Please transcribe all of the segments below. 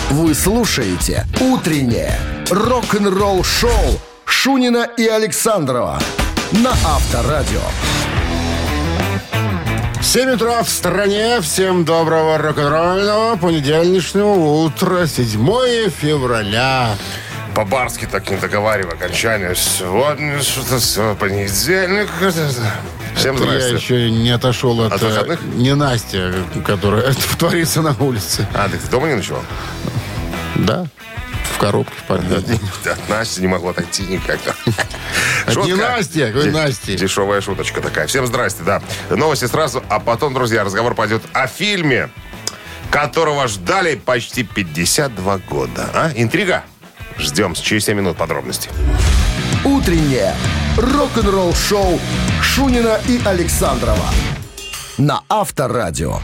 Вы слушаете «Утреннее рок-н-ролл-шоу» Шунина и Александрова на Авторадио. 7 утра в стране. Всем доброго рок-н-ролльного понедельничного утра. 7 февраля. По-барски так не договаривай окончание. Сегодня что-то понедельник. Всем здрасте. Я еще не отошел от выходных? ненастья, которая творится на улице. А, ты дома не ночевал? Да. В коробке в подъезде. От Насти не могла отойти никак. Не Настя, какой Настя. Дешевая шуточка такая. Всем здрасте, да. Новости сразу, а потом, друзья, разговор пойдет о фильме, которого ждали почти 52 года. А? Интрига? Ждем через 7 минут подробностей. «Утреннее рок-н-ролл-шоу» Шунина и Александрова на Авторадио.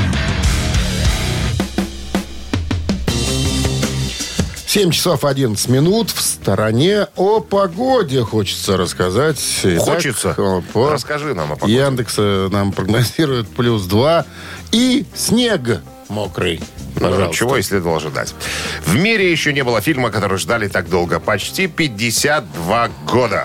7 часов 11 минут. В стороне о погоде хочется рассказать. Итак, Хочется? Расскажи нам о погоде. Яндекс нам прогнозирует +2 и снег мокрый. Пожалуйста. Чего и следовало ожидать. В мире еще не было фильма, который ждали так долго. Почти 52 года.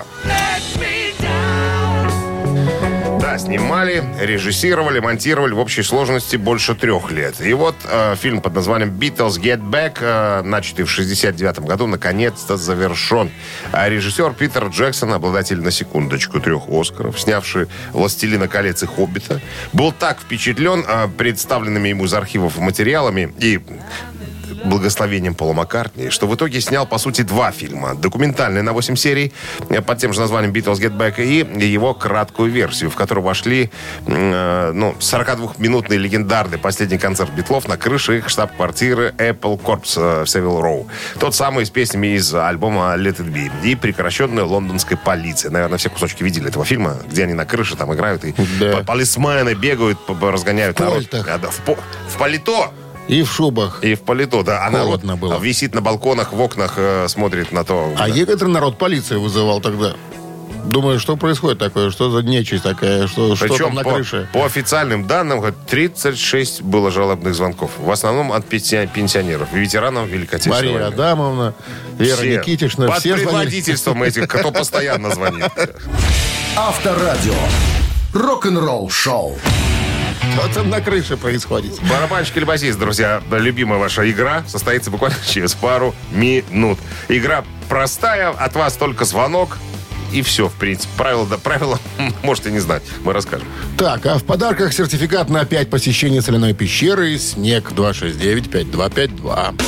Да, снимали, режиссировали, монтировали в общей сложности больше 3 лет. И вот фильм под названием «Beatles Get Back», начатый в 1969 году, наконец-то завершен. А режиссер Питер Джексон, обладатель, на секундочку, 3 «Оскаров», снявший «Властелина колец» и «Хоббита», был так впечатлен представленными ему из архивов материалами и благословением Пола Маккартни, что в итоге снял, по сути, 2 фильма. Документальный на 8 серий под тем же названием «Beatles Get Back» и его краткую версию, в которую вошли 42-минутный легендарный последний концерт Битлов на крыше их штаб-квартиры Apple Corps в Севил Роу. Тот самый с песнями из альбома Let It Be и прекращенная лондонской полицией. Наверное, все кусочки видели этого фильма, где они на крыше там играют и полисмены бегают, разгоняют народ. В пальто. И в шубах. И в пальто, да. А народ было. Висит на балконах, в окнах, смотрит на то. А некоторый народ полицию вызывал тогда. Думаю, что происходит такое? Что за нечисть такая? Что там на крыше? По официальным данным, 36 было жалобных звонков. В основном от пенсионеров, ветеранов Великой Отечественной войны. Мария Адамовна, Вера Никитична. Под предводительством этих, кто постоянно звонит. Авторадио. Рок-н-ролл-шоу. Что там на крыше происходит? Барабанщик или басист, друзья, любимая ваша игра состоится буквально через пару минут. Игра простая, от вас только звонок. И все, в принципе. Правила можете не знать. Мы расскажем. Так, а в подарках сертификат на 5 посещений соляной пещеры и снег 269-5252.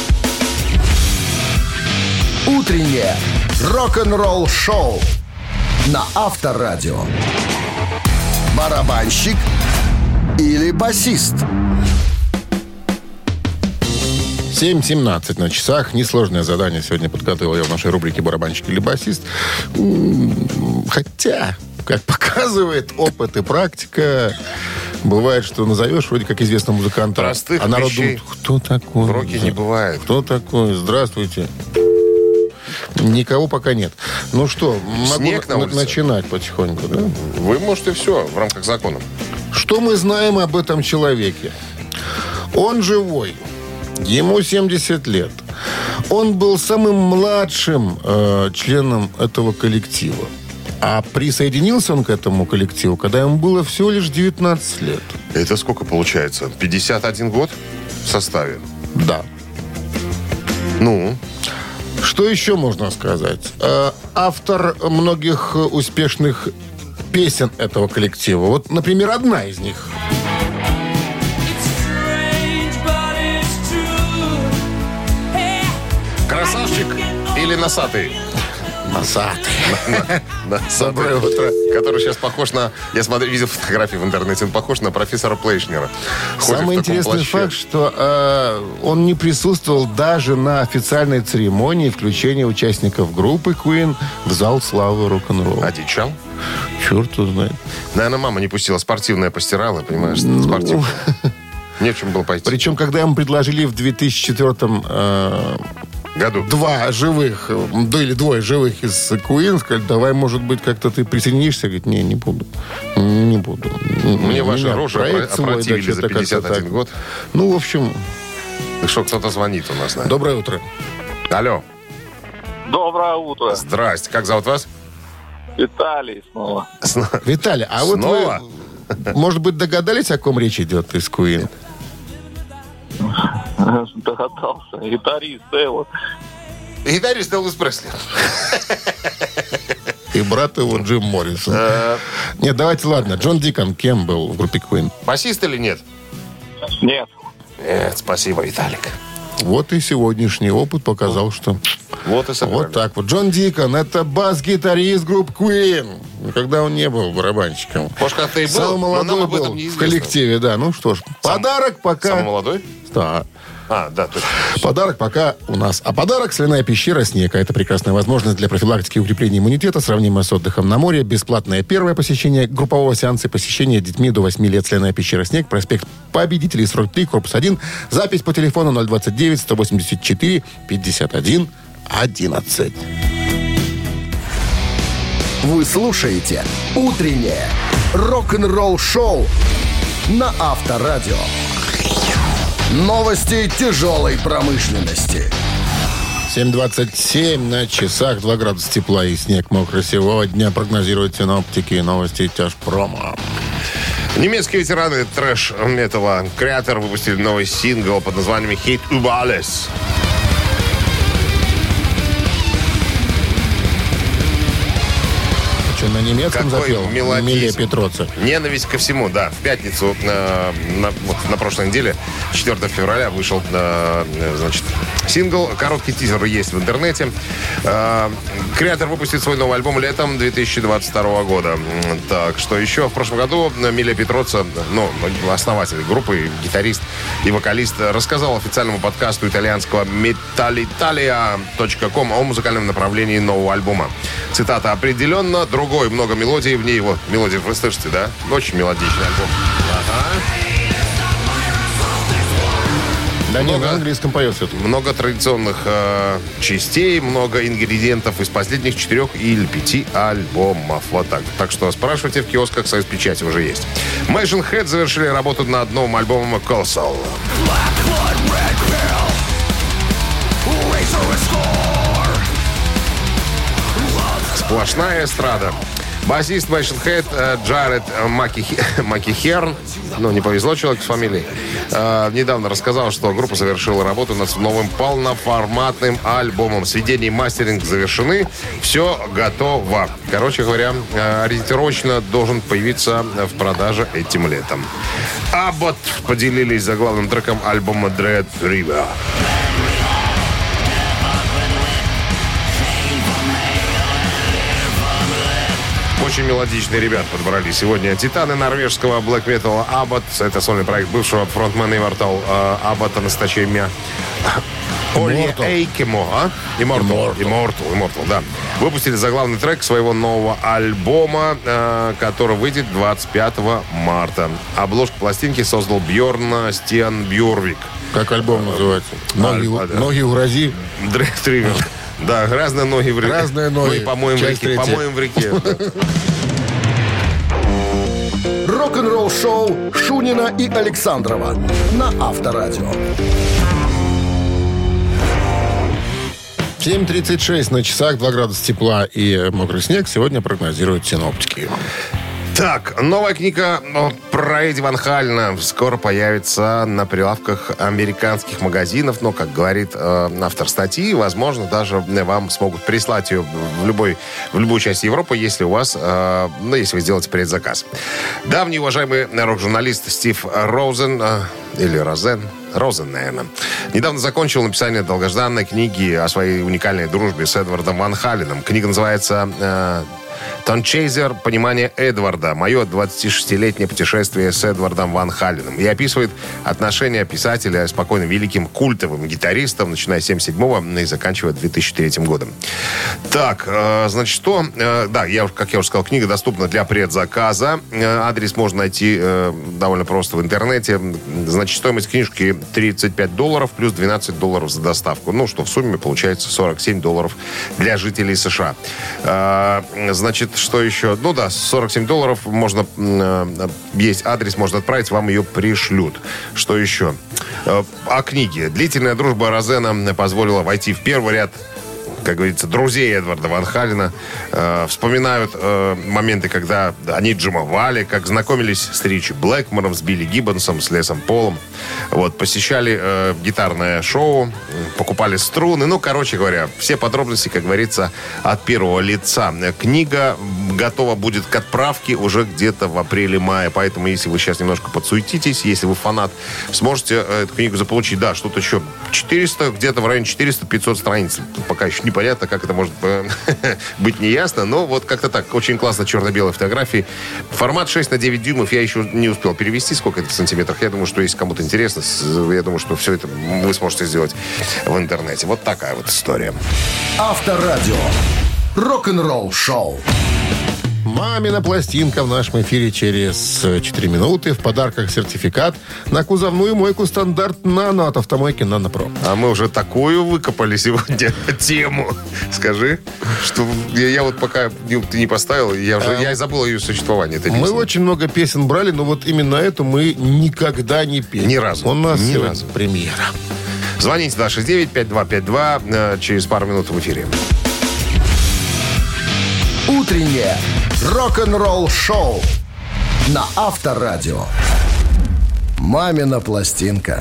«Утреннее рок-н-ролл-шоу» на Авторадио. Барабанщик или басист? 7:17 на часах. Несложное задание сегодня подготовил я в нашей рубрике «Барабанщик или басист». Хотя, как показывает опыт и практика, бывает, что назовешь вроде как известного музыканта, простых а народ вещей думает, кто такой? в роке не бывает. Кто такой? Здравствуйте. Никого пока нет. Ну что, могу начинать потихоньку, да? Вы можете все в рамках закона. Что мы знаем об этом человеке? Он живой. Ему 70 лет. Он был самым младшим членом этого коллектива. А присоединился он к этому коллективу, когда ему было всего лишь 19 лет. Это сколько получается? 51 год в составе? Да. Ну? Что еще можно сказать? Автор многих успешных песен этого коллектива. Вот, например, одна из них. Красавчик или носатый? Носатый. Доброе утро. Который сейчас похож на... Я видел фотографии в интернете. Он похож на профессора Плейшнера. Самый интересный факт, что он не присутствовал даже на официальной церемонии включения участников группы Queen в зал славы рок-н-ролла. Одичал? Черт его знает. Наверное, мама не пустила. Спортивное постирала, понимаешь? Спортивное. Не в чем было пойти. Причем, когда ему предложили в 2004 году 2 живых, или 2 живых из Queen, сказали, давай, может быть, как-то ты присоединишься. Говорит, не буду. Не буду. Мне ваша рожа опротивили за 51 год. Ну, в общем... Слышу, кто-то звонит у нас. Да? Доброе утро. Алло. Доброе утро. Здрасте. Как зовут вас? Виталий снова. Виталий, а Снова? вот вы, может быть, догадались, о ком речь идет из Queen? Догадался. Гитарист Элвис. Гитарист Элвис Пресли. И брат его Джим Моррисон. Нет, давайте, ладно. Джон Дикон кем был в группе Queen? Басист или нет? Нет. Нет, спасибо, Виталик. Вот и сегодняшний опыт показал, что... Вот и собрали. Вот так вот. Джон Дикон — это бас-гитарист группы Queen. Никогда он не был барабанщиком. Может, как-то и был, Самый но нам молодой об этом был неизвестно. в коллективе, да. Ну что ж, подарок пока... Самый молодой? Да. Да, точно. Подарок пока у нас. А подарок — соляная пещера «Снег». Это прекрасная возможность для профилактики и укрепления иммунитета, сравнимая с отдыхом на море. Бесплатное первое посещение группового сеанса и посещение детьми до 8 лет. Соляная пещера «Снег», проспект Победителей, 43, корпус 1. Запись по телефону 029-184-51-11. Вы слушаете «Утреннее рок-н-ролл-шоу» на Авторадио. Новости тяжелой промышленности. 7:27 на часах, 2 градуса тепла и снег мокрый сегодня. Прогнозируют синоптики. Новости тяжпрома. Немецкие ветераны трэш-металла Kreator выпустили новый сингл под названием «Hit über alles». Что, на немецком Какой запел? мелодизм. Эмилия Петроца. Ненависть ко всему, да. В пятницу, на прошлой неделе, 4 февраля, вышел сингл. Короткий тизер есть в интернете. Kreator выпустит свой новый альбом летом 2022 года. Так, что еще? В прошлом году Эмилия Петроца, основатель группы, гитарист и вокалист, рассказал официальному подкасту итальянского metalitalia.com о музыкальном направлении нового альбома. Цитата: «Определенно другой, много мелодий в ней». Вот, мелодии вы слышите, да? Очень мелодичный альбом. Ага. Да нет, на английском поется. Много традиционных частей, много ингредиентов из последних 4 или 5 альбомов. Вот так. Так что спрашивайте в киосках, Союз Печати уже есть. Machine Head завершили работу над новым альбомом Colossal. Сплошная эстрада. Басист Machine Head Джаред Макихерн, не повезло человеку с фамилией, недавно рассказал, что группа завершила работу над новым полноформатным альбомом. Сведения и мастеринг завершены, все готово. Короче говоря, ориентировочно должен появиться в продаже этим летом. Abbott поделились заглавным треком альбома Dread River. Очень мелодичные ребят подобрали сегодня. Титаны норвежского блэк металла Abbott. Это сольный проект бывшего фронтмена Immortal Аббота на имя Олли Эйкемо. Immortal, да. Выпустили заглавный трек своего нового альбома, который выйдет 25 марта. Обложку пластинки создал Бьорн Стиан Бьорвик. Как альбом называется? Ноги в грози. Dread River. Да, разные ноги в реке. Разные ноги. Мы помоем в реке. Рок-н-ролл-шоу Шунина и Александрова на Авторадио. 7:36 на часах, 2 градуса тепла и мокрый снег сегодня прогнозируют синоптики. Так, новая книга про Эдди Ван Халена скоро появится на прилавках американских магазинов. Но, как говорит автор статьи, возможно, даже вам смогут прислать ее в любую часть Европы, если у вас, если вы сделаете предзаказ. Давний уважаемый рок-журналист Стив Розен, или Розен, наверное, недавно закончил написание долгожданной книги о своей уникальной дружбе с Эдвардом Ван Халеном. Книга называется «Тончейзер. Понимание Эдварда. Мое 26-летнее путешествие с Эдвардом Ван Халеном». И описывает отношения писателя с спокойно великим культовым гитаристом, начиная с 1977-го и заканчивая 2003 годом. Так, значит, что? Да, как я уже сказал, книга доступна для предзаказа. Адрес можно найти довольно просто в интернете. Значит, стоимость книжки $35 плюс $12 за доставку. Что в сумме получается $47 для жителей США. Значит, что еще? Ну да, $47 можно... Есть адрес, можно отправить, вам ее пришлют. Что еще? О книге. Длительная дружба Розена позволила войти в первый ряд, как говорится, друзей Эдварда Ван Халена. Вспоминают моменты, когда они джимовали, как знакомились с Ричи Блэкмором, с Билли Гиббонсом, с Лесом Полом. Вот, посещали гитарное шоу, покупали струны. Ну, короче говоря, все подробности, как говорится, от первого лица. Книга готова будет к отправке уже где-то в апреле-мае. Поэтому, если вы сейчас немножко подсуетитесь, если вы фанат, сможете эту книгу заполучить. Да, что-то еще 400, где-то в районе 400-500 страниц. Пока еще непонятно, как это может быть, неясно. Но вот как-то так. Очень классно черно-белые фотографии. Формат 6 на 9 дюймов. Я еще не успел перевести, сколько это в сантиметрах. Я думаю, что если кому-то интересно, я думаю, что все это вы сможете сделать в интернете. Вот такая вот история. Авторадио. Рок-н-ролл шоу. «Мамина пластинка» в нашем эфире через 4 минуты. В подарках сертификат на кузовную мойку «Стандарт Нано» от автомойки «Нано Про». А мы уже такую выкопали сегодня тему. Скажи, что я вот пока ты не поставил, я забыл ее существование. Мы очень много песен брали, но вот именно эту мы никогда не пели. Ни разу. У нас Ни сегодня разу. премьера. Звоните 269-5252. Через пару минут в эфире. Утреннее рок-н-ролл шоу на Авторадио. «Мамина пластинка».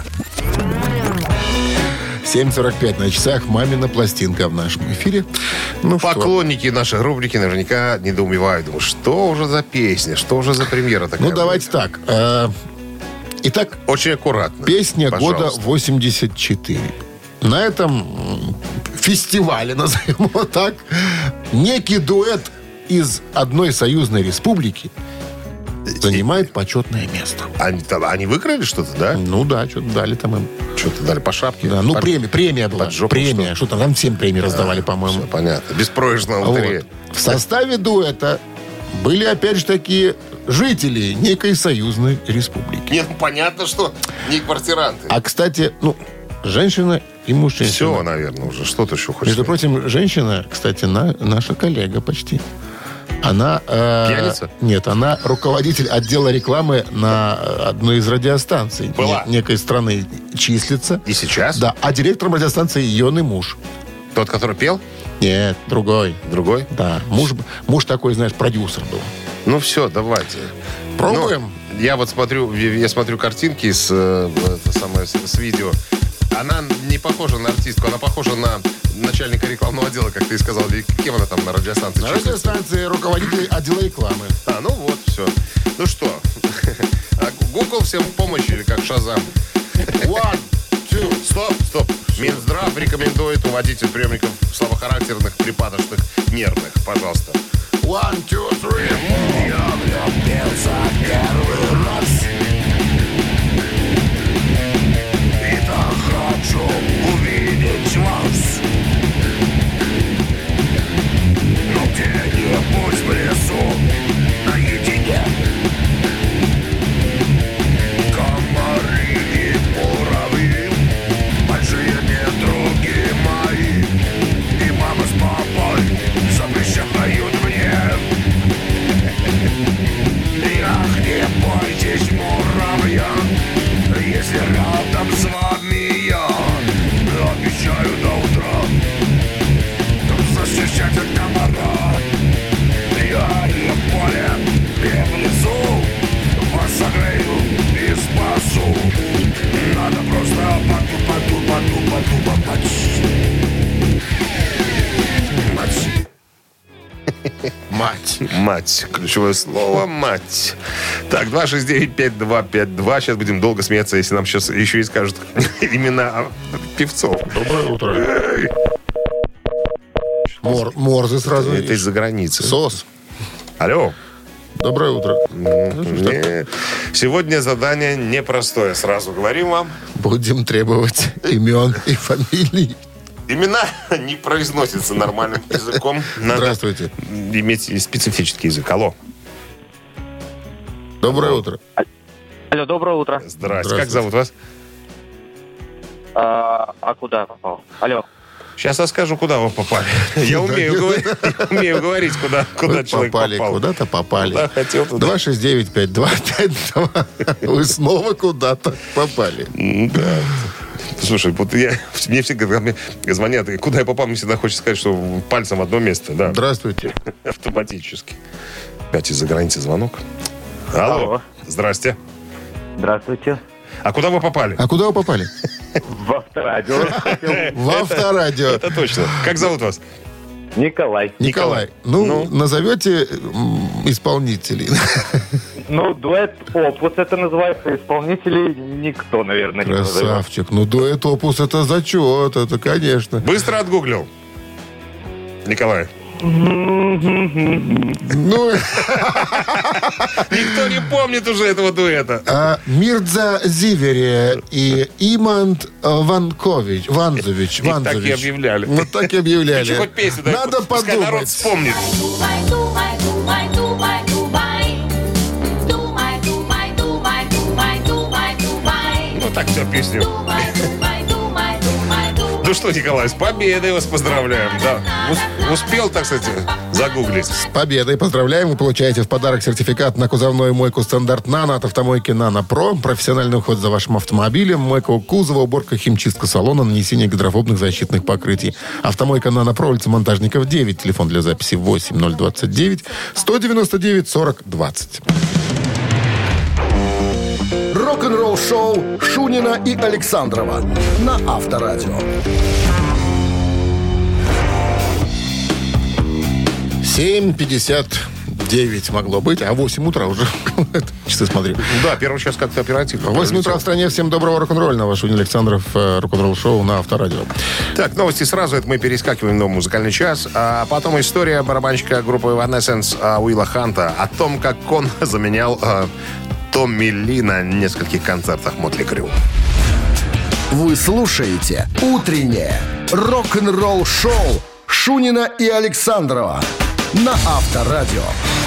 7:45 на часах. «Мамина пластинка» в нашем эфире. Ну что? Поклонники нашей рубрики наверняка недоумевают. Думают, что уже за песня, что уже за премьера такая? Ну, давайте так. Итак, Очень аккуратно. песня Пожалуйста. года 84. На этом фестивале, назовем его так, некий дуэт из одной союзной республики занимает почетное место. Они выиграли что-то, да? Ну да, что-то дали там им. Что-то дали по шапке? Да, ну, премия была. под жопу, Премия. Что-то там всем премии раздавали, по-моему. Все понятно. Беспроигрышная лотерея. Вот. В составе дуэта были, опять же, такие жители некой союзной республики. Нет, понятно, что не квартиранты. А, кстати, женщина и мужчина. Все, наверное, уже. Что-то еще хочешь. Между прочим, женщина, кстати, наша коллега почти. Она... Пьяница? Нет, она руководитель отдела рекламы на одной из радиостанций. Была. Некой страны числится. И сейчас? Да, а директором радиостанции Йоны муж. Тот, который пел? Нет, другой. Другой? Да, муж такой, знаешь, продюсер был. Ну все, давайте. Пробуем? Ну, я смотрю картинки с видео. Она не похожа на артистку, она похожа на начальника рекламного отдела, как ты сказал. Или кем она там на радиостанции? На радиостанции руководитель отдела рекламы. Ну вот, все. Ну что, Google всем в помощь или как Шазам? One, two. Стоп. Минздрав рекомендует уводить от приемников слабохарактерных, припадочных, нервных. Пожалуйста. 1, 2, 3. Я влюбился первый раз. И так хочу увидеть вас. Но где-нибудь в лесу наедине. Комары и муравьи, большие недруги мои. И мама с папой запрещают мне. Ах, не бойтесь, муравья, если рядом с вами я. Обещаю до утра защищать от комара. Я и в поле, и в лесу вас согрею и спасу. Надо просто подумать. Мать. Ключевое слово мать. Так, 269-5252. Сейчас будем долго смеяться, если нам сейчас еще и скажут имена певцов. Доброе утро. Морзе сразу. Это из-за границы. СОС. Алло. Доброе утро. Сегодня задание непростое, сразу говорим вам. Будем требовать имен и фамилий. Имена не произносятся нормальным языком. Надо Здравствуйте. иметь специфический язык. Алло. Доброе утро. Алло, доброе утро. Здрасте. Как зовут вас? А куда попал? Алло. Сейчас расскажу, куда вы попали. Я умею говорить, куда человек попал. Куда-то попали. Куда хотел, туда. 269-5252. Вы снова куда-то попали. Да. Слушай, вот мне все когда звонят, куда я попал, мне всегда хочется сказать, что пальцем в одно место. Да. Здравствуйте. Автоматически. Опять из-за границы звонок. Алло. Здрасте. Здравствуйте. А куда вы попали? В авторадио. В авторадио. Это точно. Как зовут вас? Николай. Николай, назовете исполнителей? Дуэт «Опус» это называется. Исполнителей никто, наверное, не назовет. Красавчик. Дуэт «Опус» это зачет, это конечно. Быстро отгуглил. Николай. Никто не помнит уже этого дуэта. Мирза Зивере и Имант Ванзович. Так и объявляли. Вот так и объявляли. Хоть песню, да, Надо пускай народ подумать. вспомнит. Ну так все, песню. Ну что, Николай, с победой вас поздравляем. Да. Успел, так сказать, загуглить. С победой поздравляем. Вы получаете в подарок сертификат на кузовную мойку «Стандарт Нано» от автомойки «Нано Про». Профессиональный уход за вашим автомобилем, мойка кузова, уборка, химчистка салона, нанесение гидрофобных защитных покрытий. Автомойка «Нано Про», улица Монтажников, 9. Телефон для записи 8029 199 40 20. Рок-н-ролл-шоу Шунина и Александрова на Авторадио. 7:59 могло быть, а 8 утра уже. Часы смотри. Да, первый час как-то оперативно. 8 утра в стране. Всем доброго рок-н-ролльного. Шунин Александров, рок-н-ролл-шоу на Авторадио. Так, новости сразу. Это мы перескакиваем на музыкальный час. А потом история барабанщика группы Evanescence Уилла Ханта о том, как он заменял Томми Ли на нескольких концертах Мотли Крю. Вы слушаете «Утреннее рок-н-ролл-шоу» Шунина и Александрова на Авторадио.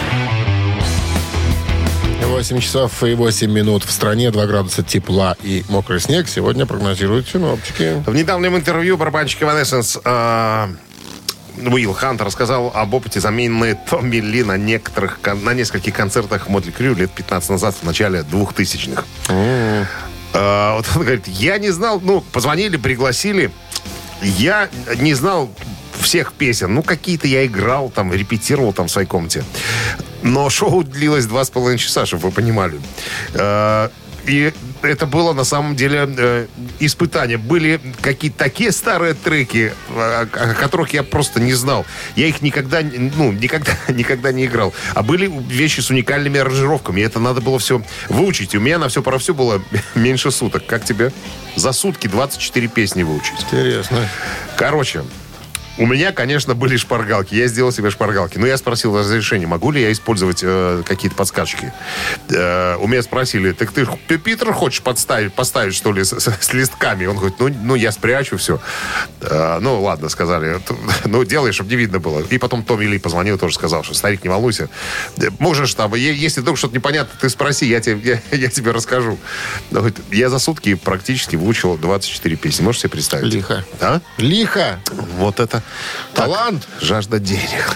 8 часов и 8 минут в стране, 2 градуса тепла и мокрый снег. Сегодня прогнозируют синоптики. В недавнем интервью барабанщик Evanescence Уилл Хант рассказал об опыте замены Томми Ли на нескольких концертах Мотли Крю лет 15 назад, в начале 2000-х. Вот он говорит, я не знал, позвонили, пригласили, я не знал всех песен. Какие-то я играл, репетировал в своей комнате. Но шоу длилось 2,5 часа, чтобы вы понимали. И это было на самом деле испытание. Были какие-то такие старые треки, о которых я просто не знал. Я их никогда не играл. А были вещи с уникальными аранжировками. И это надо было все выучить. И у меня на все про все было меньше суток. Как тебе? За сутки 24 песни выучить. Интересно. Короче, у меня, конечно, были шпаргалки. Я сделал себе шпаргалки. Но я спросил разрешение, могу ли я использовать какие-то подсказочки. У меня спросили, так ты Питер хочешь поставить, что ли, с листками? Он говорит, я спрячу все. Ладно, сказали. Делай, чтобы не видно было. И потом Томми Ли позвонил, тоже сказал, что старик, не волнуйся. Можешь если вдруг что-то непонятно, ты спроси, я тебе расскажу. Говорит, я за сутки практически выучил 24 песни. Можешь себе представить? Лихо. А? Лихо. Вот это талант. Жажда денег.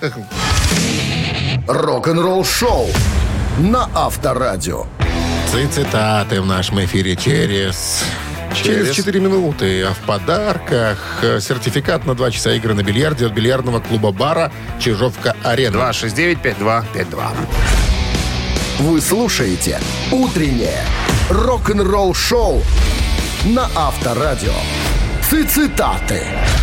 Рок-н-ролл-шоу на Авторадио. Цитаты в нашем эфире через 4 минуты. А в подарках сертификат на 2 часа игры на бильярде от бильярдного клуба-бара «Чижовка-Арена». 269-5252. Вы слушаете «Утреннее рок-н-ролл-шоу» на Авторадио. Цитаты.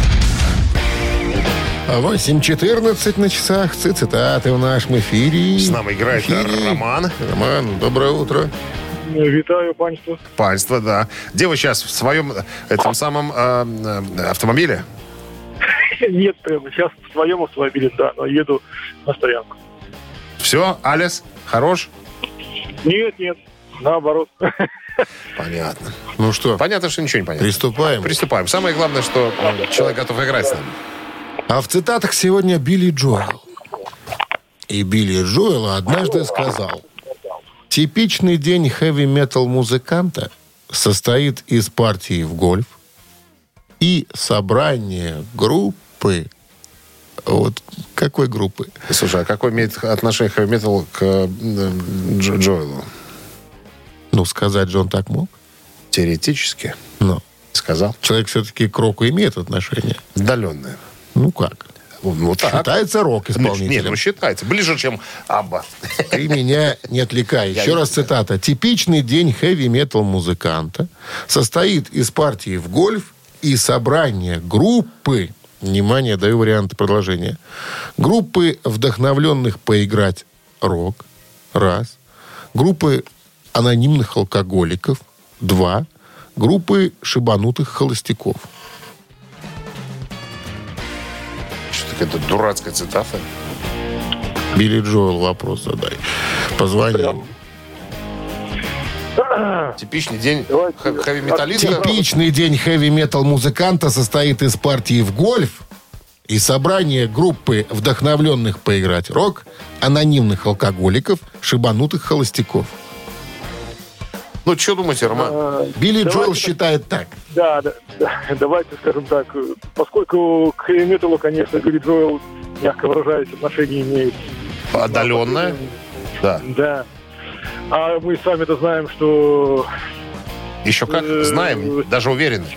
8:14 на часах. Цитаты в нашем эфире. С нами играет Роман. Роман, доброе утро. Витаю, панство. Панство, да. Где вы сейчас? В своем самом автомобиле? Нет, прямо сейчас в своем автомобиле, да, но еду на стоянку. Все, Алис, хорош? Нет, наоборот. Понятно. Ну что? Понятно, что ничего не понятно. Приступаем. Самое главное, что человек готов играть с нами. А в цитатах сегодня Билли Джоэл. И Билли Джоэл однажды сказал: типичный день хэви-метал музыканта состоит из партии в гольф, и собрание группы. Вот какой группы? Слушай, а какое имеет отношение Heavy Metal к Джоэлу? Ну, сказать же он так мог. Теоретически. Но Сказал. человек все-таки к року имеет отношение. Отдаленное. Ну как? Вот так. Считается рок-исполнителем. Нет, ну считается. Ближе, чем Абба. Ты меня не отвлекай. Еще раз цитата. «Типичный день хэви-метал музыканта состоит из партии в гольф и собрания группы». Внимание, даю варианты продолжения. Группы, вдохновленных поиграть рок. Раз. Группы анонимных алкоголиков. Два. Группы шибанутых холостяков. Что такая дурацкая цитата? Билли Джоэл вопрос задай. Позвони. Типичный день хэви-металлиста. Типичный день хэви-метал музыканта состоит из партии в гольф и собрания группы вдохновленных поиграть рок, анонимных алкоголиков, шибанутых холостяков. Ну, что думаете, Роман? Билли Джоэл считает так. Да, давайте скажем так. Поскольку к хэви-металу, конечно, Билли Джоэл, мягко выражаясь, отношение имеет. Отдаленное? Да. Да. А мы сами-то знаем, что... Еще как? Знаем, даже уверены.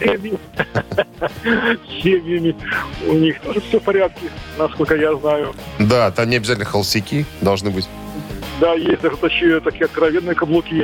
С семьями у них тоже все в порядке, насколько я знаю. Да, там не обязательно холостяки должны быть. Да, есть даже такие откровенные каблуки.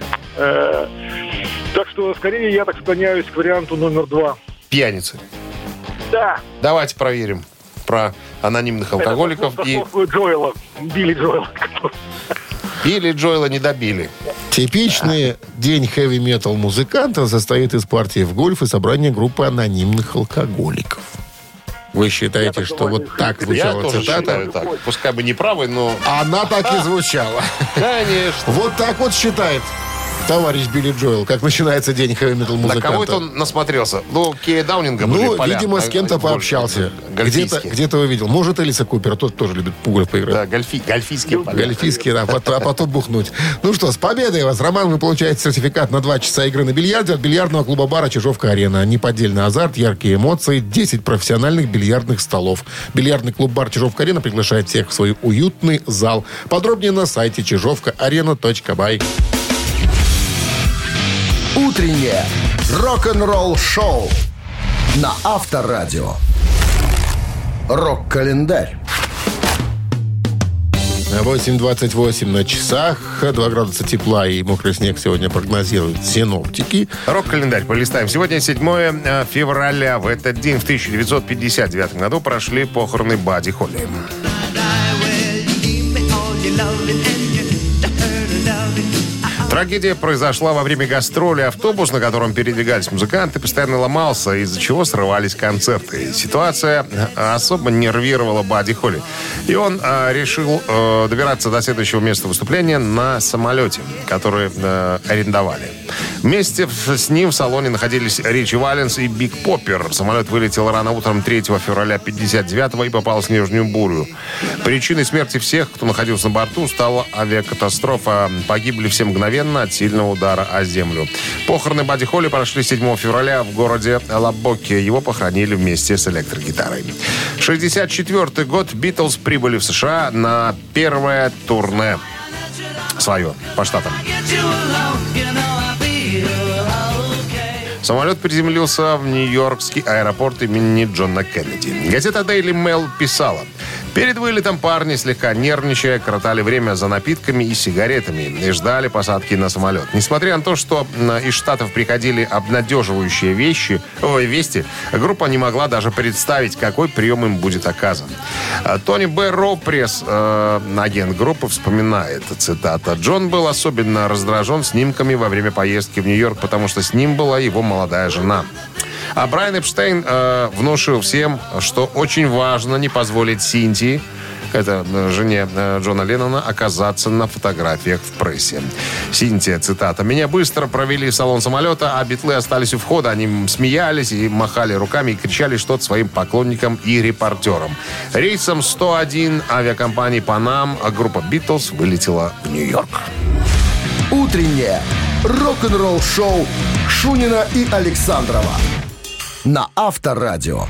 Так что, скорее, я так склоняюсь к варианту номер 2. Пьяницы. Да. Давайте проверим про анонимных алкоголиков. И Джоэла, Билли Джоэла. Билли Джоэла не добили. Типичный день хэви-метал музыканта состоит из партии в гольф и собрания группы анонимных алкоголиков. Вы считаете, что вот так Я звучала тоже цитата? считаю так. Пускай бы не правый, но... Она так и звучала. Конечно. Вот так вот считает товарищ Билли Джоэл, как начинается день хэви-метал На музыканта. кого это он насмотрелся? Ну, Кея Даунинга были Ну, поля. видимо, с кем-то пообщался. Где-то увидел. Может, Элиса Купер, тот тоже любит в гольф поиграть. Да, гольфийские поля. Гольфийские, да, а потом бухнуть. Ну что, с победой вас, Роман, вы получаете сертификат на 2 часа игры на бильярде от бильярдного клуба-бара «Чижовка-арена». Неподдельный азарт, яркие эмоции, 10 профессиональных бильярдных столов. Бильярдный клуб-бар «Чижовка-арена» приглашает всех в свой уютный зал. Подробнее на сайте чижовкаарена.бай. Утреннее рок-н-ролл-шоу на Авторадио. Рок-календарь. 8:28 на часах. 2 градуса тепла и мокрый снег сегодня прогнозируют синоптики. Рок-календарь полистаем. Сегодня 7 февраля. В этот день, в 1959 году, прошли похороны Бадди Холли. Трагедия произошла во время гастроли. Автобус, на котором передвигались музыканты, постоянно ломался, из-за чего срывались концерты. Ситуация особо нервировала Бадди Холли. И он решил добираться до следующего места выступления на самолете, который арендовали. Вместе с ним в салоне находились Ричи Валенс и Биг Поппер. Самолет вылетел рано утром 3 февраля 59-го и попал в снежную бурю. Причиной смерти всех, кто находился на борту, стала авиакатастрофа. Погибли все мгновенно от сильного удара о землю. Похороны Бадди Холли прошли 7 февраля в городе Лабоке. Его похоронили вместе с электрогитарой. 64 год. Битлз прибыли в США на первое турне свое по штатам. Самолет приземлился в Нью-Йоркский аэропорт имени Джона Кеннеди. Газета Daily Mail писала: перед вылетом парни, слегка нервничая, коротали время за напитками и сигаретами и ждали посадки на самолет. Несмотря на то, что из Штатов приходили обнадеживающие вести, группа не могла даже представить, какой прием им будет оказан. Тони Бэрроу, пресс-агент группы, вспоминает, цитата: «Джон был особенно раздражен снимками во время поездки в Нью-Йорк, потому что с ним была его молодая жена». А Брайан Эпштейн внушил всем, что очень важно не позволить Синтии, это жене Джона Леннона, оказаться на фотографиях в прессе. Синтия, цитата: «Меня быстро провели в салон самолета, а битлы остались у входа. Они смеялись и махали руками и кричали что-то своим поклонникам и репортерам. Рейсом 101 авиакомпании «Панам» группа «Битлз» вылетела в Нью-Йорк». Утреннее рок-н-ролл-шоу Шунина и Александрова на Авторадио.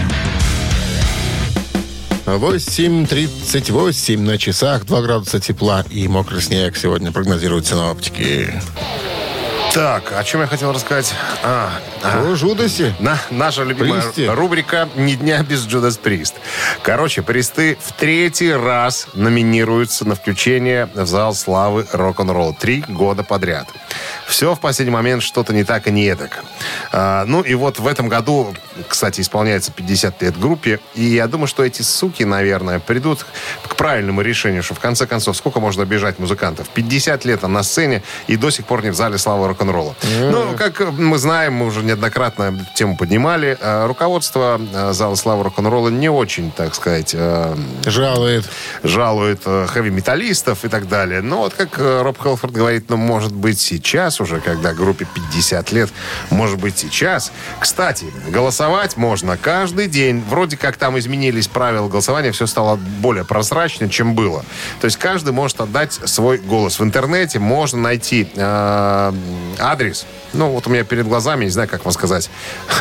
8:38 на часах, 2 градуса тепла и мокрый снег сегодня прогнозируют синоптики. Так, о чем я хотел рассказать? О Джудасе. Наша любимая Присте. рубрика «Ни дня без Judas Priest». Короче, Присты в 3-й раз номинируются на включение в зал славы рок-н-ролла. 3 года подряд. Все в последний момент что-то не так и не эдак. Ну и вот в этом году, кстати, исполняется 50 лет группе. И я думаю, что эти суки, наверное, придут к правильному решению, что в конце концов, сколько можно обижать музыкантов? 50 лет на сцене и до сих пор не в зале славы рок-н-ролла. Ну, как мы знаем, мы уже неоднократно эту тему поднимали, руководство зала славы рок-н-ролла не очень, так сказать, жалует хэви-металлистов и так далее. Но вот как Роб Хелфорд говорит, может быть, сейчас уже, когда группе 50 лет, может быть, сейчас. Кстати, голосовать можно каждый день. Вроде как там изменились правила голосования, все стало более прозрачно, чем было. То есть каждый может отдать свой голос. В интернете можно найти адрес. Ну, вот у меня перед глазами, не знаю, как вам сказать.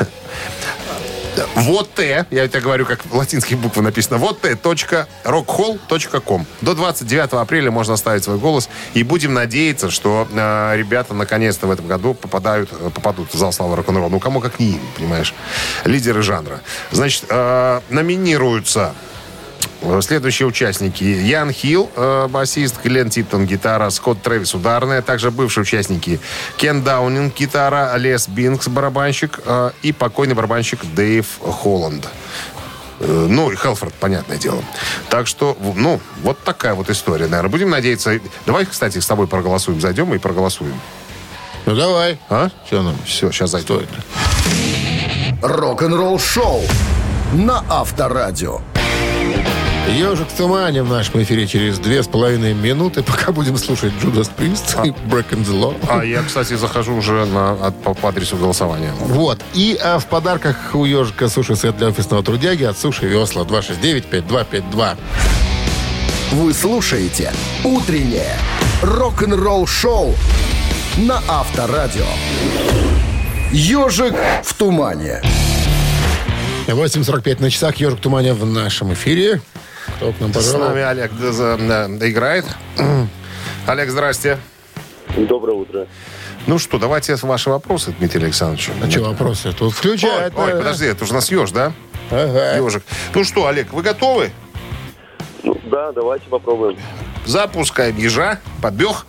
я это говорю, как латинские буквы написано, rockхall.com. До 29 апреля можно оставить свой голос. И будем надеяться, что ребята наконец-то в этом году попадут в зал славы рок-н-ролла. Ну, кому как не им, понимаешь. Лидеры жанра. Значит, номинируются следующие участники. Ян Хилл, басист, Глен Типтон, гитара, Скотт Трэвис, ударная. Также бывшие участники Кен Даунинг, гитара, Лес Бинкс, барабанщик и покойный барабанщик Дэйв Холланд. Ну, и Хелфорд, понятное дело. Так что, вот такая вот история, наверное. Будем надеяться. Давай, кстати, с тобой проголосуем. Зайдем и проголосуем. Ну, давай. Все, сейчас зайдем. Рок-н-ролл шоу на Авторадио. «Ежик в тумане» в нашем эфире через 2,5 минуты, пока будем слушать Judas Priest и Breaking the Law. Я, кстати, захожу уже по адресу голосования. Вот. И в подарках у «Ежика» суши-сет для офисного трудяги от «Суши Весла». 269-5252. Вы слушаете «Утреннее рок-н-ролл-шоу» на Авторадио. «Ежик в тумане». 8:45 на часах. «Ежик в тумане» в нашем эфире. Кто к нам пожалуйста? С нами Олег играет. Олег, здрасте. Доброе утро. Ну что, давайте ваши вопросы, Дмитрий Александрович. А что вопросы? Тут включают. Ой, подожди, это уже у нас еж, да? Ага. Ежик. Ну что, Олег, вы готовы? Да, давайте попробуем. Запускаем ежа. Подбег.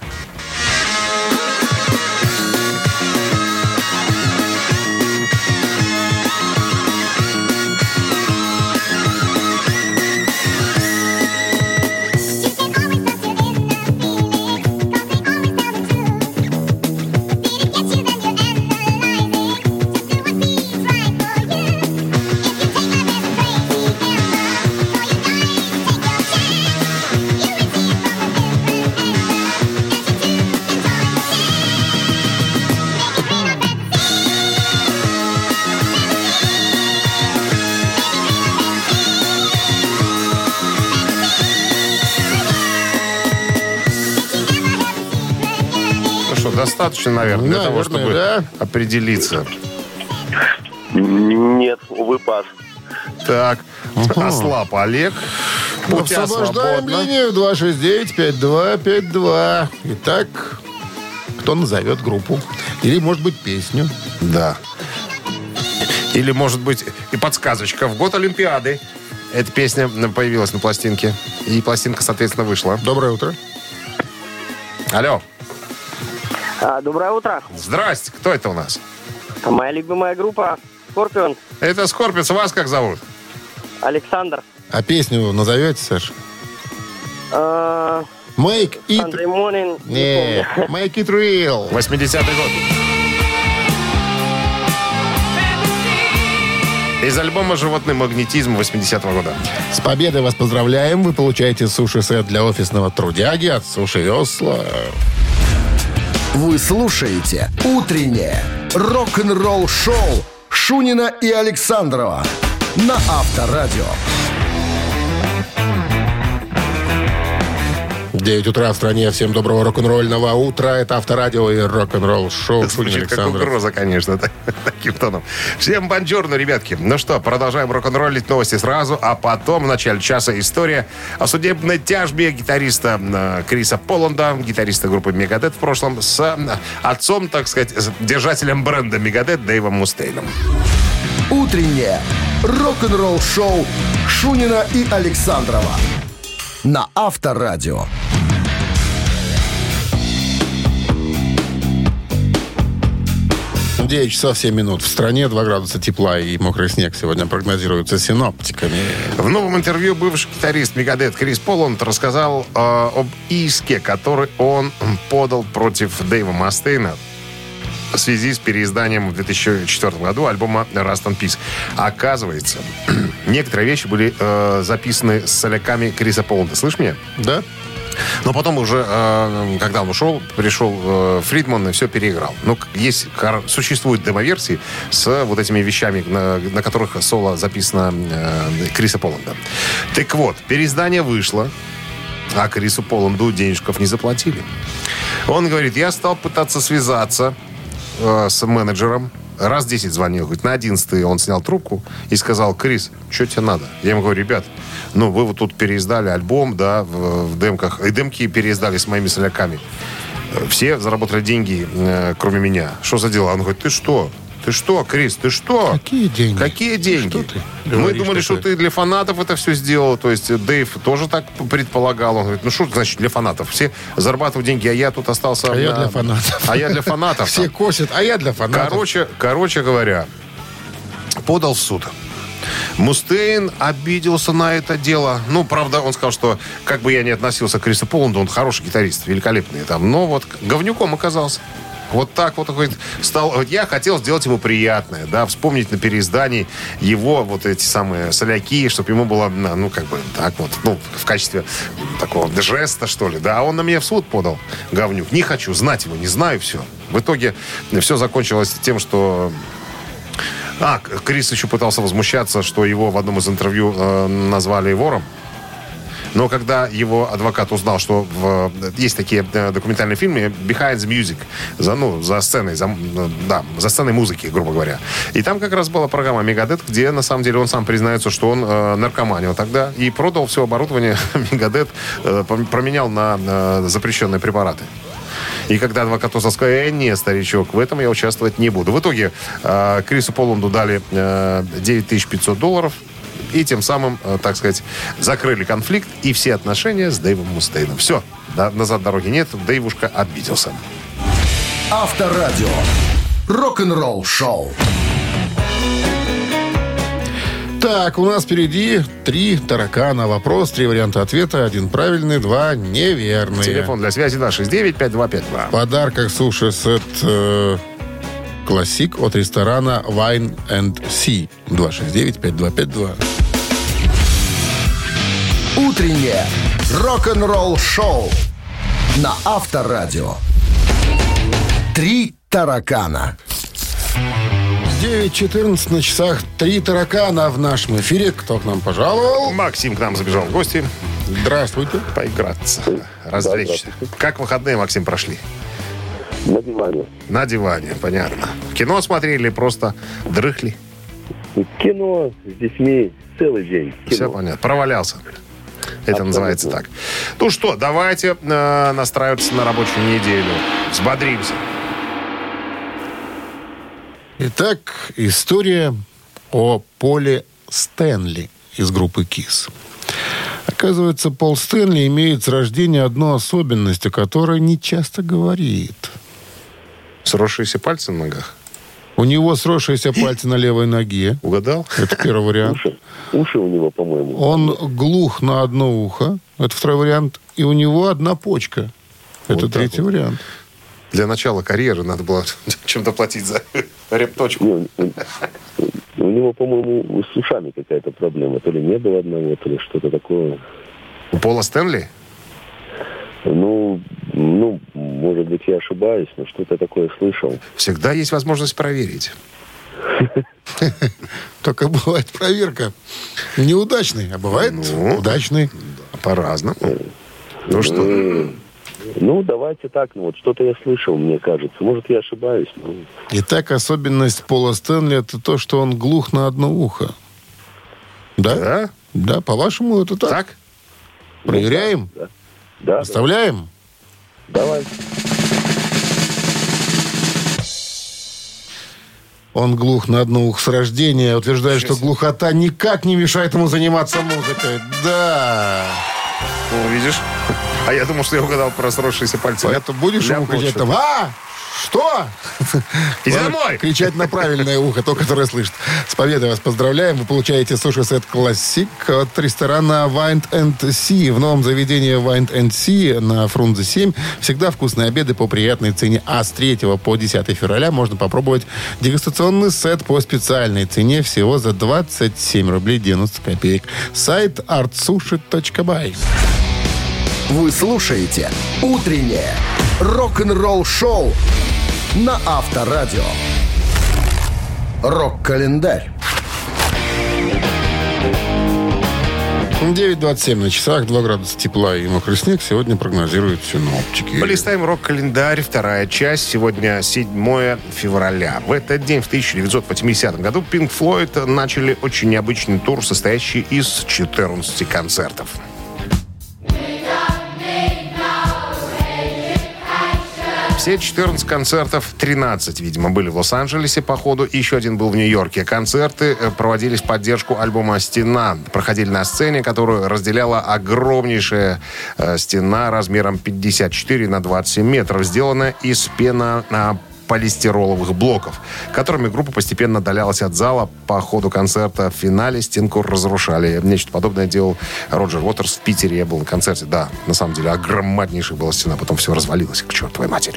Достаточно, наверное, для того, чтобы определиться. Нет, увы, пас. Так, ослаб Олег. Освобождаем линию 269-5252. Итак, кто назовет группу? Или, может быть, песню? Да. Или, может быть, и подсказочка. В год Олимпиады эта песня появилась на пластинке. И пластинка, соответственно, вышла. Доброе утро. Алло. Доброе утро. Здрасте. Кто это у нас? Моя любимая группа «Скорпион». Это «Скорпионс». Вас как зовут? Александр. А песню назовете, Саша? Make it... Sunday morning. Не, Make it real. 80-й год. Из альбома «Животный магнетизм» 80-го года. С победой вас поздравляем. Вы получаете суши-сет для офисного трудяги от «Суши Весла». Вы слушаете «Утреннее рок-н-ролл-шоу» Шунина и Александрова на Авторадио. 9 утра в стране. Всем доброго рок-н-ролльного утра. Это Авторадио и рок-н-ролл шоу. Звучит как Александров. угроза, конечно, таким тоном. Всем бонжорно, ребятки. Ну что, продолжаем рок-н-роллить, новости сразу, а потом в начале часа история о судебной тяжбе гитариста Криса Поланда, гитариста группы Megadeth в прошлом, с отцом, так сказать, с держателем бренда Megadeth Дэйвом Мустейном. Утреннее рок-н-ролл-шоу Шунина и Александрова на Авторадио. 9 часов 7 минут. В стране 2 градуса тепла и мокрый снег сегодня прогнозируется синоптиками. В новом интервью бывший гитарист Megadeth Крис Поланд рассказал об иске, который он подал против Дэйва Мустейна в связи с переизданием в 2004 году альбома Rust in Peace. Оказывается, некоторые вещи были записаны с соляками Криса Поланда. Слышь меня? Да. Но потом уже, когда он ушел, пришел Фридман и все переиграл. Но существуют демо-версии с вот этими вещами, на которых соло записано Криса Поланда. Так вот, переиздание вышло, а Крису Поланду денежков не заплатили. Он говорит, я стал пытаться связаться с менеджером. Раз 10 звонил. Говорит, на 11-й он снял трубку и сказал, Крис, что тебе надо? Я ему говорю, ребят, ну вы вот тут переиздали альбом, да, в демках. И демки переиздали с моими соляками. Все заработали деньги, кроме меня. Что за дела? Он говорит, ты что? Ты что, Крис, ты что? Какие деньги? Какие деньги? Что ты Мы думали, что ты для фанатов это все сделал. То есть Дэйв тоже так предполагал. Он говорит, ну что значит для фанатов? Все зарабатывают деньги, а я тут остался... я для фанатов. А я для фанатов. Все косят, а я для фанатов. Короче говоря, подал в суд. Мустейн обиделся на это дело. Ну, правда, он сказал, что как бы я ни относился к Крису Поланду, он хороший гитарист, великолепный там, но вот говнюком оказался. Вот так вот, говорит, стал. Я хотел сделать ему приятное, да, вспомнить на переиздании его вот эти самые соляки, чтобы ему было, ну, как бы, так вот, ну, в качестве такого жеста, что ли, да. А он на меня в суд подал, говнюк. Не хочу знать его, не знаю, все. В итоге все закончилось тем, что... Крис еще пытался возмущаться, что его в одном из интервью назвали вором. Но когда его адвокат узнал, что есть такие документальные фильмы «Behind the Music», за сценой музыки, грубо говоря. И там как раз была программа Megadeth, где на самом деле он сам признается, что он наркоманил тогда и продал все оборудование Megadeth, променял на запрещенные препараты. И когда адвокат сказал, нет, старичок, в этом я участвовать не буду. В итоге Крису Поланду дали $9500, и тем самым, так сказать, закрыли конфликт и все отношения с Дэйвом Мустейном. Все, назад дороги нет, Дэйвушка обиделся. Авторадио. Рок-н-ролл шоу. Так, у нас впереди 3 таракана. Вопрос, 3 варианта ответа. 1 правильный, 2 неверные. Телефон для связи 269-5252. В подарках суши-сет «Классик» от ресторана Wine and Sea. 269-5252. Утреннее рок-н-ролл-шоу на Авторадио. 3 таракана. 9:14 на часах. 3 таракана в нашем эфире. Кто к нам пожаловал? Максим к нам забежал в гости. Здравствуйте. Поиграться, развлечься. Как выходные, Максим, прошли? На диване. На диване, понятно. Кино смотрели, просто дрыхли? Кино с детьми целый день. Кино. Все понятно. Провалялся. Это называется так. Ну что, давайте настраиваться на рабочую неделю. Взбодримся. Итак, история о Поле Стэнли из группы KISS. Оказывается, Пол Стэнли имеет с рождения одну особенность, о которой не часто говорит. Сросшиеся пальцы на ногах? У него сросшиеся пальцы на левой ноге. Угадал? Это первый вариант. Уши у него, по-моему. Он глух на одно ухо. Это второй вариант. И у него одна почка. Это Вот третий вариант. Для начала карьеры надо было чем-то платить за репточку. У него, по-моему, с ушами какая-то проблема. То ли не было одного, то ли что-то такое. У Пола Стэнли? Ну, может быть, я ошибаюсь, но что-то такое слышал. Всегда есть возможность проверить. Только бывает проверка неудачной, а бывает удачной. По-разному. Ну что? Ну, давайте так. Ну, вот что-то я слышал, мне кажется. Может, я ошибаюсь. Но... Итак, особенность Пола Стэнли — это то, что он глух на одно ухо. Да? Да? Да, по-вашему, это так? Так? Проверяем? Да. Оставляем? Давай. Он глух на одно ухо с рождения. Утверждает, что глухота никак не мешает ему заниматься музыкой. Да. Ну, видишь? А я думал, что я угадал про сросшиеся пальцы. Поэтому будешь ему кричать там: «А! Что?» Иди домой! Кричать на правильное ухо, то, которое слышит. С победой вас поздравляем. Вы получаете суши-сет «Классик» от ресторана Wind & Sea. В новом заведении Wind & Sea на Фрунзе 7 всегда вкусные обеды по приятной цене. А с 3 по 10 февраля можно попробовать дегустационный сет по специальной цене всего за 27 рублей 90 копеек. Сайт artsushi.by. Вы слушаете «Утреннее рок-н-ролл-шоу» на Авторадио. Рок-календарь. 9:27 на часах, 2 градуса тепла и мокрый снег сегодня прогнозируют синоптики. Полистаем рок-календарь, вторая часть. Сегодня 7 февраля. В этот день, в 1980 году, Pink Floyd начали очень необычный тур, состоящий из 14 концертов. Все 14 концертов, 13, видимо, были в Лос-Анджелесе по ходу, и еще один был в Нью-Йорке. Концерты проводились в поддержку альбома «Стена». Проходили на сцене, которую разделяла огромнейшая стена размером 54 на 27 метров, сделанная из полистироловых блоков, которыми группа постепенно отдалялась от зала. По ходу концерта в финале стенку разрушали. Нечто подобное делал Роджер Уотерс в Питере. Я был на концерте. Да, на самом деле, огромнейшая была стена. Потом все развалилось, к чертовой матери.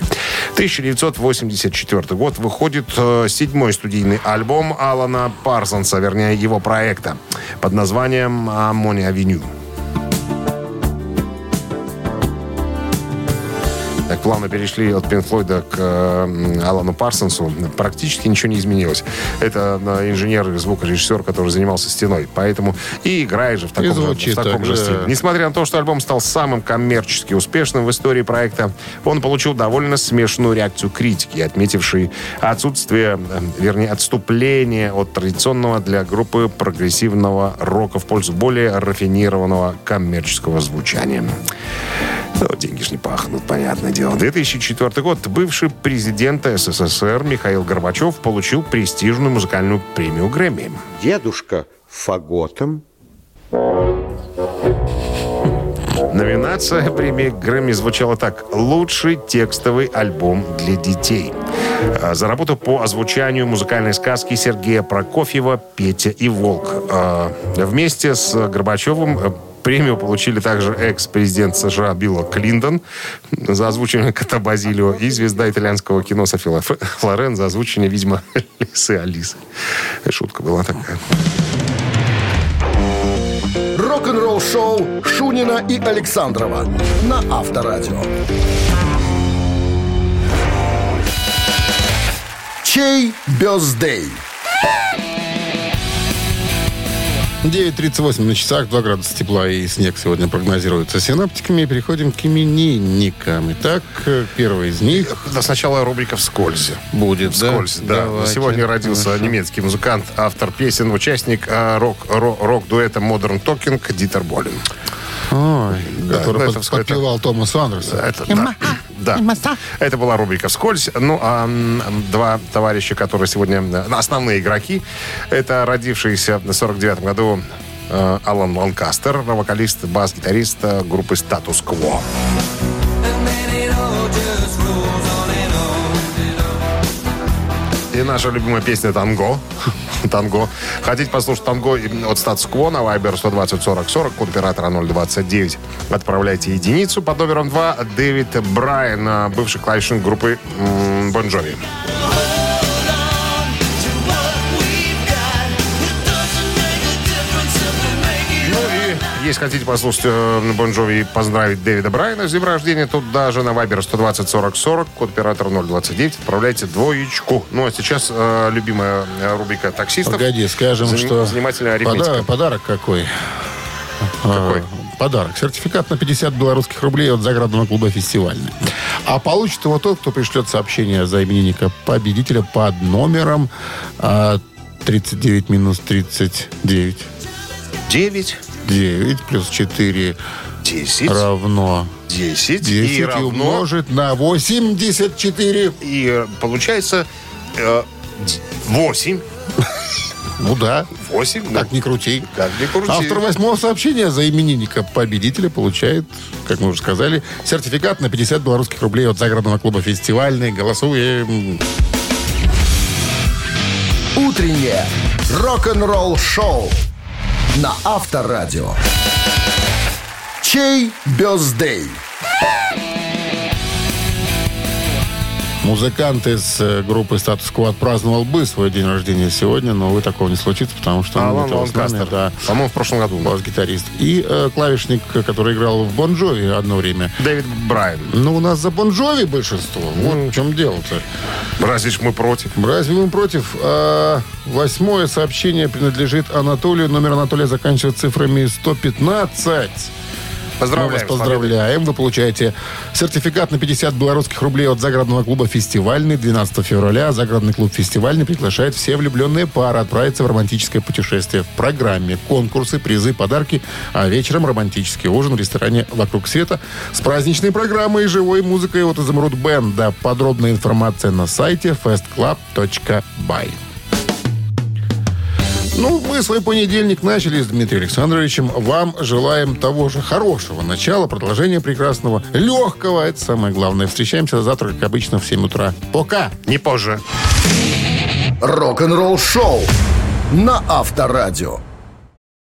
1984 год. Выходит 7-й студийный альбом Алана Парсонса, вернее, его проекта, под названием «Ammonia Avenue». Так плавно перешли от Пинк Флойда к Алану Парсонсу. Практически ничего не изменилось. Это инженер и звукорежиссер, который занимался стеной. Поэтому и играет же в таком же стиле. Несмотря на то, что альбом стал самым коммерчески успешным в истории проекта, он получил довольно смешанную реакцию критики, отметившей отступление от традиционного для группы прогрессивного рока в пользу более рафинированного коммерческого звучания. Ну, деньги ж не пахнут, понятное дело. 2004 год. Бывший президент СССР Михаил Горбачев получил престижную музыкальную премию Грэмми. Дедушка фаготом. Номинация премии Грэмми звучала так: «Лучший текстовый альбом для детей». За работу по озвучанию музыкальной сказки Сергея Прокофьева «Петя и волк». Вместе с Горбачевым премию получили также экс-президент США Билл Клинтон за озвучивание «Кота Базилио» и звезда итальянского кино София Лорен за озвучивание, видимо, Лисы Алисы. Шутка была такая. Рок-н-ролл-шоу Шунина и Александрова на Авторадио. Чей бёздей? 9:38 на часах, 2 градуса тепла и снег сегодня прогнозируется синоптиками. Переходим к именинникам. Итак, первый из них... Да, сначала рубрика «Вскользь». Будет, «Вскользь», да. Давайте. Сегодня родился немецкий музыкант, автор песен, участник рок-дуэта Modern Talking Дитер Болин. Ой, который подпевал Томаса Андерса. Да. Это была рубрика «Вскользь». Ну, а два товарища, которые сегодня основные игроки, это родившийся в 49 году Алан Ланкастер, вокалист, бас-гитарист группы «Статус Кво». И наша любимая песня «Танго». Танго. Хотите послушать танго от Статус Кво на Viber 120 40 40, код оператора 029. Отправляйте единицу под номером 2. Дэвид Брайан, бывший клавишник группы Bon Jovi. Если хотите послушать Bon Jovi и поздравить Дэвида Брайана с днем рождения, тут даже на Viber 120 40 40, код оператора 029, отправляйте двоечку. Ну, а сейчас любимая рубрика таксистов. Погоди, скажем, что занимательная арифметика. Подарок какой? Какой? Подарок. Сертификат на 50 белорусских рублей от загородного клуба «Фестивальный». А получит его тот, кто пришлет сообщение за именинника победителя под номером 39 минус 39. 9. 9 плюс 4 10. равно 10. 10 И равно... умножить на 84. И получается 8. Ну да. 8. Как ни крути. Как ни крути. Автор 8-го сообщения за именинника победителя получает, как мы уже сказали, сертификат на 50 белорусских рублей от загородного клуба «Фестивальный». Голосуем. Утреннее рок-н-ролл-шоу на Авторадио. Чей бёздей? Музыкант из группы «Статус-кво» отпраздновал бы свой день рождения сегодня, но, увы, такого не случится, потому что Алан Ланкастер, да, по-моему, в прошлом году. Бас-гитарист. И клавишник, который играл в Бон Джови одно время. Дэвид Брайан. Ну, у нас за Бон Джови большинство. Вот в чем дело-то. Разве ж мы против? Разве мы против? 8-е сообщение принадлежит Анатолию. Номер Анатолия заканчивается цифрами 115. Поздравляем. Мы вас поздравляем. Вы получаете сертификат на 50 белорусских рублей от загородного клуба «Фестивальный». 12 февраля загородный клуб «Фестивальный» приглашает все влюбленные пары отправиться в романтическое путешествие. В программе конкурсы, призы, подарки, а вечером романтический ужин в ресторане «Вокруг света» с праздничной программой и живой музыкой от «Изумруд Бенда». Подробная информация на сайте festclub.by. Ну, мы свой понедельник начали с Дмитрием Александровичем. Вам желаем того же хорошего начала, продолжения прекрасного, легкого. Это самое главное. Встречаемся завтра, как обычно, в 7 утра. Пока! Не позже. Рок-н-ролл-шоу на Авторадио.